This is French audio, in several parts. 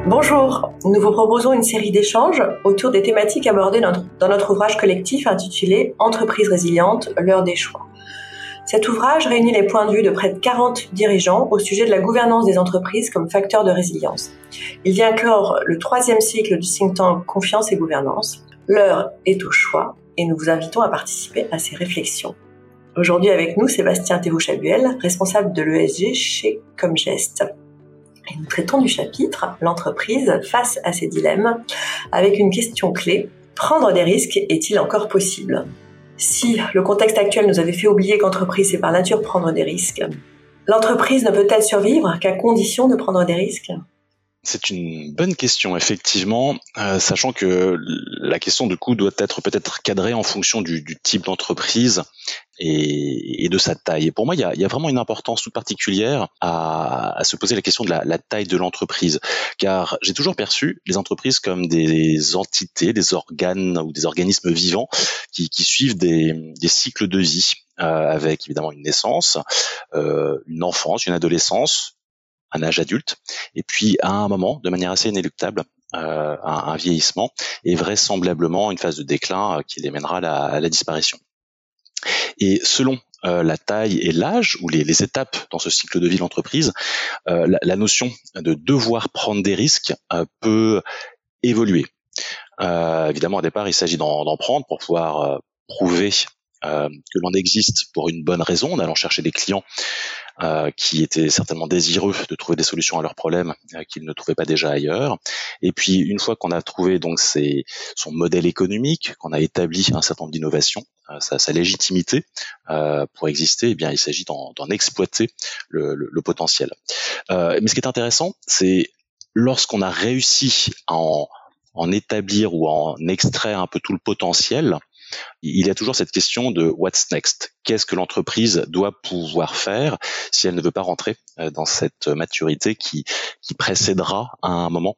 Bonjour, nous vous proposons une série d'échanges autour des thématiques abordées dans notre ouvrage collectif intitulé « Entreprise résiliente, l'heure des choix ». Cet ouvrage réunit les points de vue de près de 40 dirigeants au sujet de la gouvernance des entreprises comme facteur de résilience. Il vient clore le 3e cycle du think tank Confiance et Gouvernance. L'heure est au choix et nous vous invitons à participer à ces réflexions. Aujourd'hui avec nous, Sébastien Thévaux-Chabuel, responsable de l'ESG chez Comgest. Et nous traitons du chapitre « L'entreprise face à ses dilemmes » avec une question clé. Prendre des risques est-il encore possible ? Si le contexte actuel nous avait fait oublier qu'entreprise, c'est par nature prendre des risques, l'entreprise ne peut-elle survivre qu'à condition de prendre des risques ? C'est une bonne question, effectivement, sachant que la question du coup doit être peut-être cadrée en fonction du type d'entreprise et de sa taille. Et pour moi, il y a vraiment une importance toute particulière à se poser la question de la taille de l'entreprise, car j'ai toujours perçu les entreprises comme des entités, des organes ou des organismes vivants qui suivent des cycles de vie, avec évidemment une naissance, une enfance, une adolescence, un âge adulte, et puis à un moment, de manière assez inéluctable, un vieillissement et vraisemblablement une phase de déclin qui les mènera à la disparition. Et selon la taille et l'âge ou les étapes dans ce cycle de vie de l'entreprise, la notion de devoir prendre des risques peut évoluer. Évidemment, au départ, il s'agit d'en prendre pour pouvoir prouver que l'on existe pour une bonne raison, en allant chercher des clients qui étaient certainement désireux de trouver des solutions à leurs problèmes qu'ils ne trouvaient pas déjà ailleurs. Et puis, une fois qu'on a trouvé donc son modèle économique, qu'on a établi un certain nombre d'innovations, sa légitimité pour exister, eh bien, il s'agit d'en exploiter le potentiel. Mais ce qui est intéressant, c'est lorsqu'on a réussi à en établir ou à en extraire un peu tout le potentiel, il y a toujours cette question de what's next. Qu'est-ce que l'entreprise doit pouvoir faire si elle ne veut pas rentrer dans cette maturité qui précédera à un moment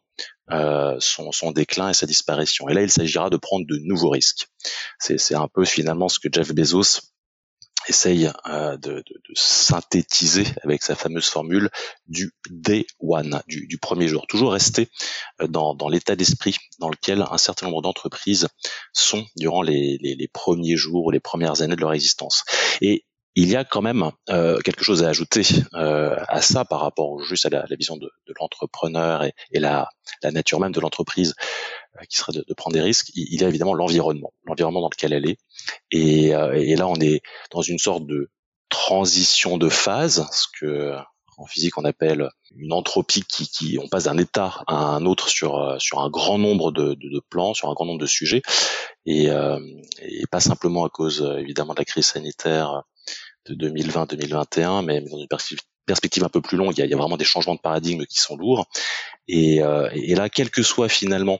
son déclin et sa disparition. Et là, il s'agira de prendre de nouveaux risques. C'est un peu finalement ce que Jeff Bezos essaye de synthétiser avec sa fameuse formule du day one, du premier jour. Toujours rester dans l'état d'esprit dans lequel un certain nombre d'entreprises sont durant les premiers jours ou les premières années de leur existence. Et il y a quand même quelque chose à ajouter à ça par rapport juste à la vision de l'entrepreneur et la nature même de l'entreprise qui serait de prendre des risques. Il y a évidemment l'environnement dans lequel elle est. Et là, on est dans une sorte de transition de phase, ce que en physique on appelle une entropie qui on passe d'un état à un autre sur un grand nombre de plans, sur un grand nombre de sujets, et pas simplement à cause évidemment de la crise sanitaire de 2020-2021, mais dans une perspective un peu plus longue, il y a vraiment des changements de paradigme qui sont lourds. Et là, quel que soit finalement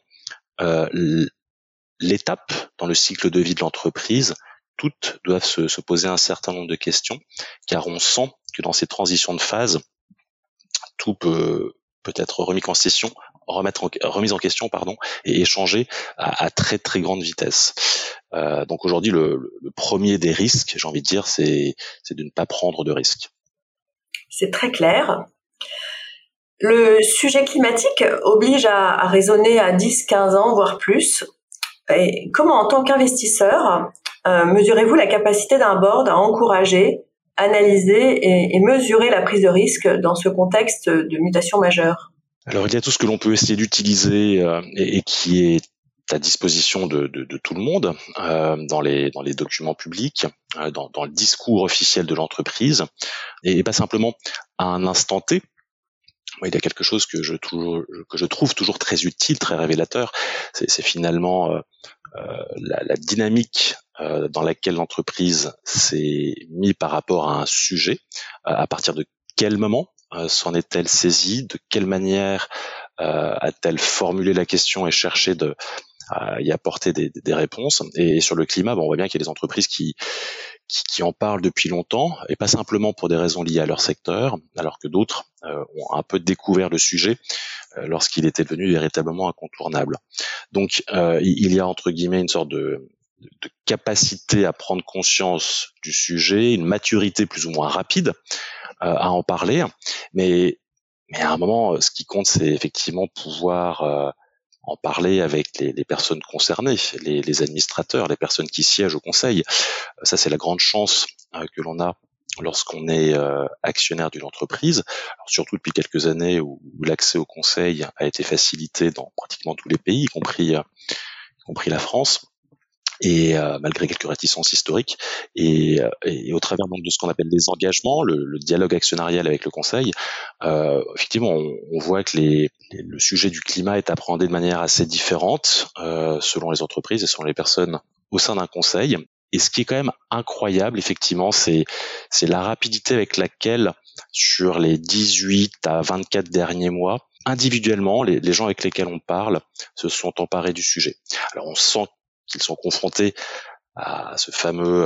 l'étape dans le cycle de vie de l'entreprise, toutes doivent se poser un certain nombre de questions, car on sent que dans ces transitions de phase, tout peut être remis en question, et échangé à très très grande vitesse. Donc aujourd'hui, le premier des risques, j'ai envie de dire, c'est de ne pas prendre de risques. C'est très clair. Le sujet climatique oblige à raisonner à 10-15 ans, voire plus. Et comment, en tant qu'investisseur, mesurez-vous la capacité d'un board à encourager, analyser et mesurer la prise de risque dans ce contexte de mutation majeure ? Alors, il y a tout ce que l'on peut essayer d'utiliser et qui est à disposition de tout le monde dans les documents publics, dans le discours officiel de l'entreprise, et pas simplement à un instant T. Il y a quelque chose que je trouve toujours très utile, très révélateur. C'est finalement la dynamique dans laquelle l'entreprise s'est mise par rapport à un sujet. À partir de quel moment s'en est-elle saisie ? De quelle manière a-t-elle formulé la question et cherché à y apporter des réponses ? Et sur le climat, on voit bien qu'il y a des entreprises qui en parlent depuis longtemps, et pas simplement pour des raisons liées à leur secteur, alors que d'autres ont un peu découvert le sujet lorsqu'il était devenu véritablement incontournable. Donc il y a entre guillemets une sorte de capacité à prendre conscience du sujet, une maturité plus ou moins rapide à en parler, mais Mais à un moment, ce qui compte, c'est effectivement pouvoir en parler avec les personnes concernées, les administrateurs, les personnes qui siègent au conseil. Ça, c'est la grande chance que l'on a lorsqu'on est actionnaire d'une entreprise, alors surtout depuis quelques années où l'accès au conseil a été facilité dans pratiquement tous les pays, y compris la France. Et malgré quelques réticences historiques, et au travers donc de ce qu'on appelle les engagements, le dialogue actionnarial avec le conseil, effectivement, on voit que le sujet du climat est appréhendé de manière assez différente selon les entreprises et selon les personnes au sein d'un conseil. Et ce qui est quand même incroyable, effectivement, c'est la rapidité avec laquelle, sur les 18 à 24 derniers mois, individuellement, les gens avec lesquels on parle se sont emparés du sujet. Alors on sent qu'ils sont confrontés à cette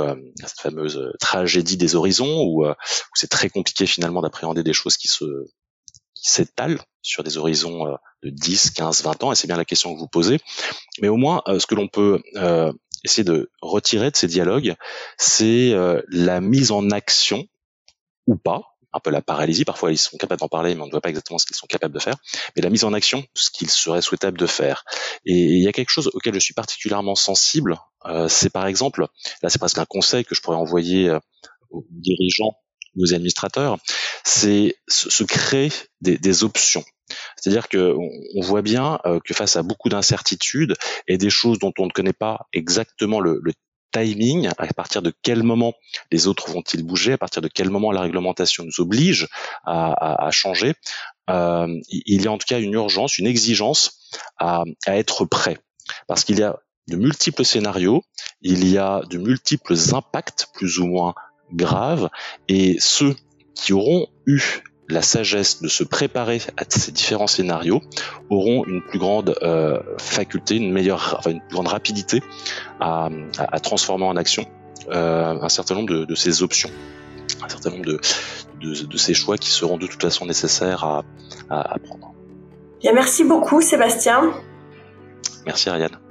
fameuse tragédie des horizons où c'est très compliqué finalement d'appréhender des choses qui s'étalent sur des horizons de 10, 15, 20 ans, et c'est bien la question que vous posez. Mais au moins, ce que l'on peut essayer de retirer de ces dialogues, c'est la mise en action, ou pas, un peu la paralysie, parfois ils sont capables d'en parler, mais on ne voit pas exactement ce qu'ils sont capables de faire, mais la mise en action, ce qu'il serait souhaitable de faire. Et il y a quelque chose auquel je suis particulièrement sensible, c'est par exemple, là c'est presque un conseil que je pourrais envoyer aux dirigeants, aux administrateurs, c'est se créer des options. C'est-à-dire que on voit bien que face à beaucoup d'incertitudes et des choses dont on ne connaît pas exactement le timing, à partir de quel moment les autres vont-ils bouger, à partir de quel moment la réglementation nous oblige à changer, il y a en tout cas une urgence, une exigence à être prêt. Parce qu'il y a de multiples scénarios, il y a de multiples impacts plus ou moins graves, et ceux qui auront eu la sagesse de se préparer à ces différents scénarios auront une plus grande faculté, une plus grande rapidité à transformer en action un certain nombre de ces options, un certain nombre de ces choix qui seront de toute façon nécessaires à prendre. Bien, merci beaucoup Sébastien. Merci Ariane.